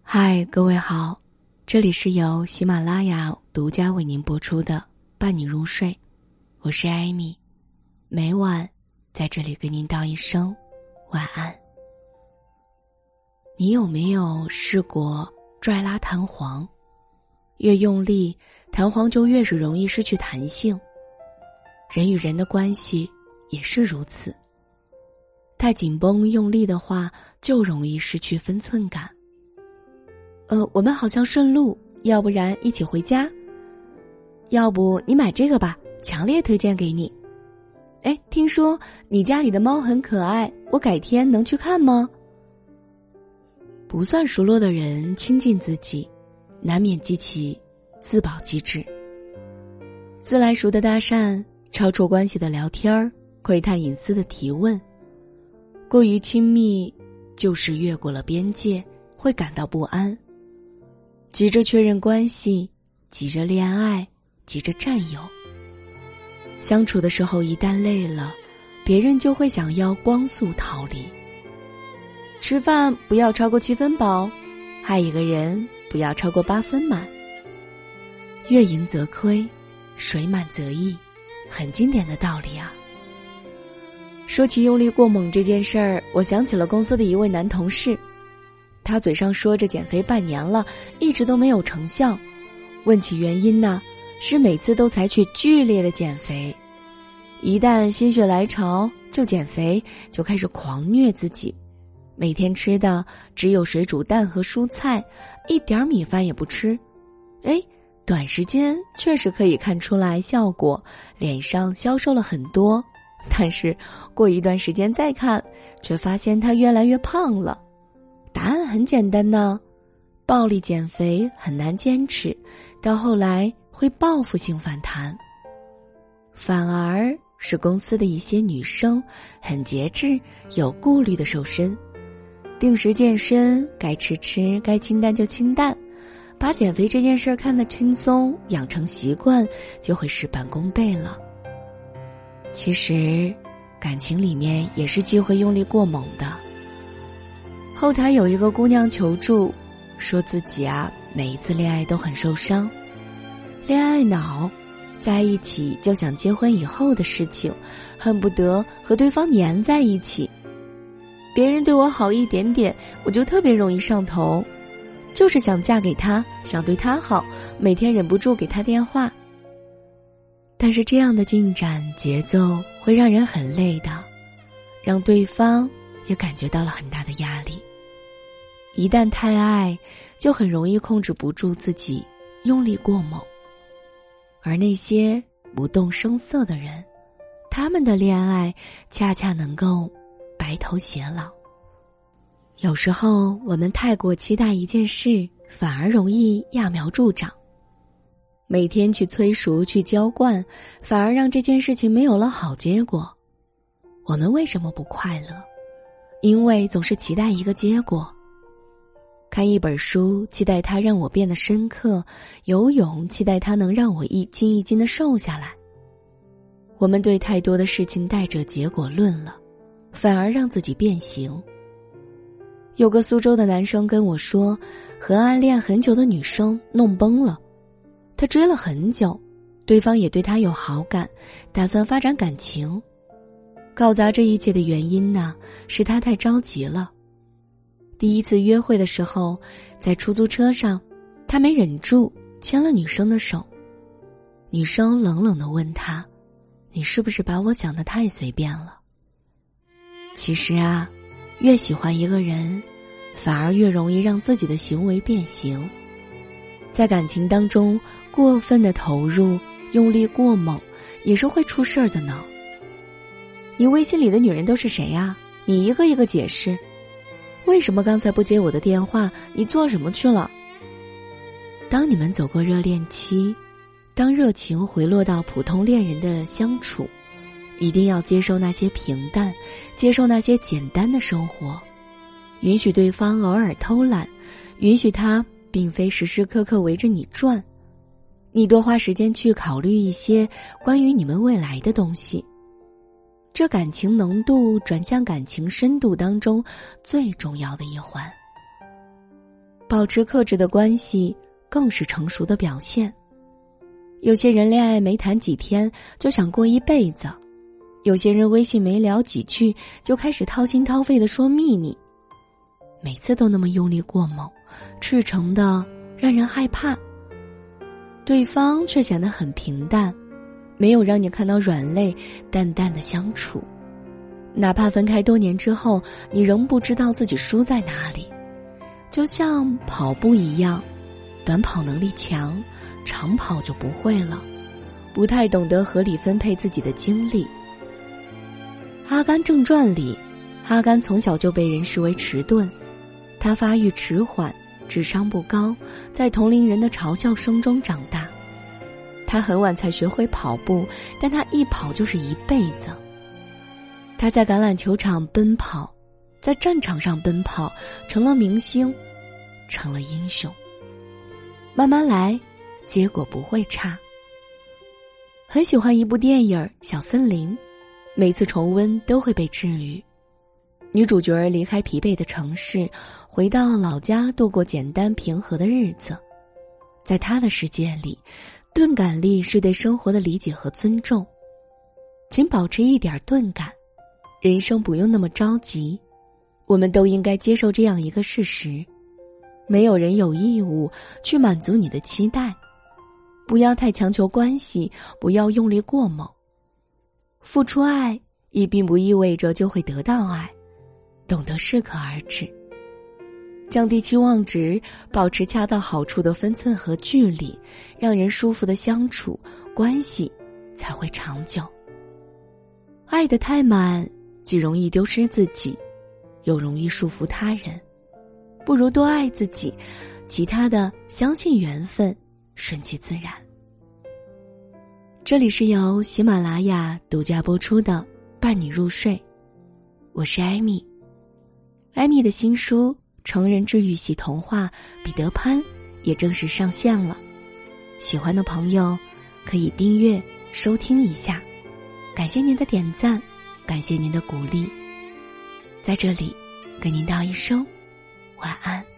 嗨，各位好，这里是由喜马拉雅独家为您播出的伴你入睡，我是艾米，每晚在这里跟您道一声晚安。你有没有试过拽拉弹簧？越用力，弹簧就越是容易失去弹性。人与人的关系也是如此，太紧绷用力的话，就容易失去分寸感。我们好像顺路，要不然一起回家？要不你买这个吧，强烈推荐给你。听说你家里的猫很可爱，我改天能去看吗？不算熟络的人亲近自己，难免激起自保机制。自来熟的搭讪，超出关系的聊天，窥探隐私的提问，过于亲密就是越过了边界，会感到不安。急着确认关系，急着恋爱，急着占有。相处的时候一旦累了，别人就会想要光速逃离。吃饭不要超过7分饱，爱一个人不要超过8分满。月盈则亏，水满则溢，很经典的道理啊。说起用力过猛这件事儿，我想起了公司的一位男同事。他嘴上说着减肥半年了，一直都没有成效。问起原因呢，是每次都采取剧烈的减肥，一旦心血来潮就减肥，就开始狂虐自己。每天吃的只有水煮蛋和蔬菜，一点米饭也不吃。短时间确实可以看出来效果，脸上消瘦了很多。但是过一段时间再看，却发现他越来越胖了。答案很简单呢，暴力减肥很难坚持，到后来会报复性反弹。反而是公司的一些女生很节制，有顾虑的瘦身，定时健身，该吃吃，该清淡就清淡，把减肥这件事看得轻松，养成习惯就会事半功倍了。其实感情里面也是忌讳用力过猛的。后台有一个姑娘求助，说自己每一次恋爱都很受伤，恋爱脑，在一起就想结婚以后的事情，恨不得和对方黏在一起。别人对我好一点点，我就特别容易上头，就是想嫁给他，想对他好，每天忍不住给他电话。但是这样的进展节奏会让人很累的，让对方也感觉到了很大的压力。一旦太爱，就很容易控制不住自己，用力过猛。而那些不动声色的人，他们的恋爱恰恰能够白头偕老。有时候我们太过期待一件事，反而容易揠苗助长。每天去催熟，去浇灌，反而让这件事情没有了好结果。我们为什么不快乐？因为总是期待一个结果。看一本书，期待它让我变得深刻；游泳，期待它能让我一斤一斤地瘦下来。我们对太多的事情带着结果论了，反而让自己变形。有个苏州的男生跟我说，和暗恋很久的女生弄崩了。他追了很久，对方也对他有好感，打算发展感情。搞砸这一切的原因呢，是他太着急了。第一次约会的时候，在出租车上，他没忍住牵了女生的手。女生冷冷地问他，你是不是把我想得太随便了？其实越喜欢一个人，反而越容易让自己的行为变形。在感情当中，过分的投入，用力过猛，也是会出事儿的呢。你微信里的女人都是谁呀？你一个一个解释。为什么刚才不接我的电话？你做什么去了？当你们走过热恋期，当热情回落到普通恋人的相处，一定要接受那些平淡，接受那些简单的生活，允许对方偶尔偷懒，允许他并非时时刻刻围着你转，你多花时间去考虑一些关于你们未来的东西。这感情浓度转向感情深度当中最重要的一环。 保持克制的关系更是成熟的表现。有些人恋爱没谈几天就想过一辈子，有些人微信没聊几句就开始掏心掏肺地说秘密，每次都那么用力过猛，赤诚的让人害怕。对方却显得很平淡，没有让你看到软肋淡淡的相处。哪怕分开多年之后，你仍不知道自己输在哪里。就像跑步一样，短跑能力强，长跑就不会了，不太懂得合理分配自己的精力。《阿甘正传》里，阿甘从小就被人视为迟钝，他发育迟缓，智商不高，在同龄人的嘲笑声中长大。他很晚才学会跑步，但他一跑就是一辈子。他在橄榄球场奔跑，在战场上奔跑，成了明星，成了英雄。慢慢来，结果不会差。很喜欢一部电影《小森林》，每次重温都会被治愈。女主角离开疲惫的城市，回到老家度过简单平和的日子。在她的世界里，钝感力是对生活的理解和尊重。请保持一点钝感，人生不用那么着急。我们都应该接受这样一个事实：没有人有义务去满足你的期待。不要太强求关系，不要用力过猛。付出爱也并不意味着就会得到爱，懂得适可而止。降低期望值，保持恰到好处的分寸和距离，让人舒服的相处，关系才会长久。爱得太满，既容易丢失自己，又容易束缚他人。不如多爱自己，其他的相信缘分，顺其自然。这里是由喜马拉雅独家播出的伴你入睡，我是艾米。艾米的新书成人治愈系童话《彼得潘》也正式上线了，喜欢的朋友可以订阅收听一下。感谢您的点赞，感谢您的鼓励，在这里跟您道一声晚安。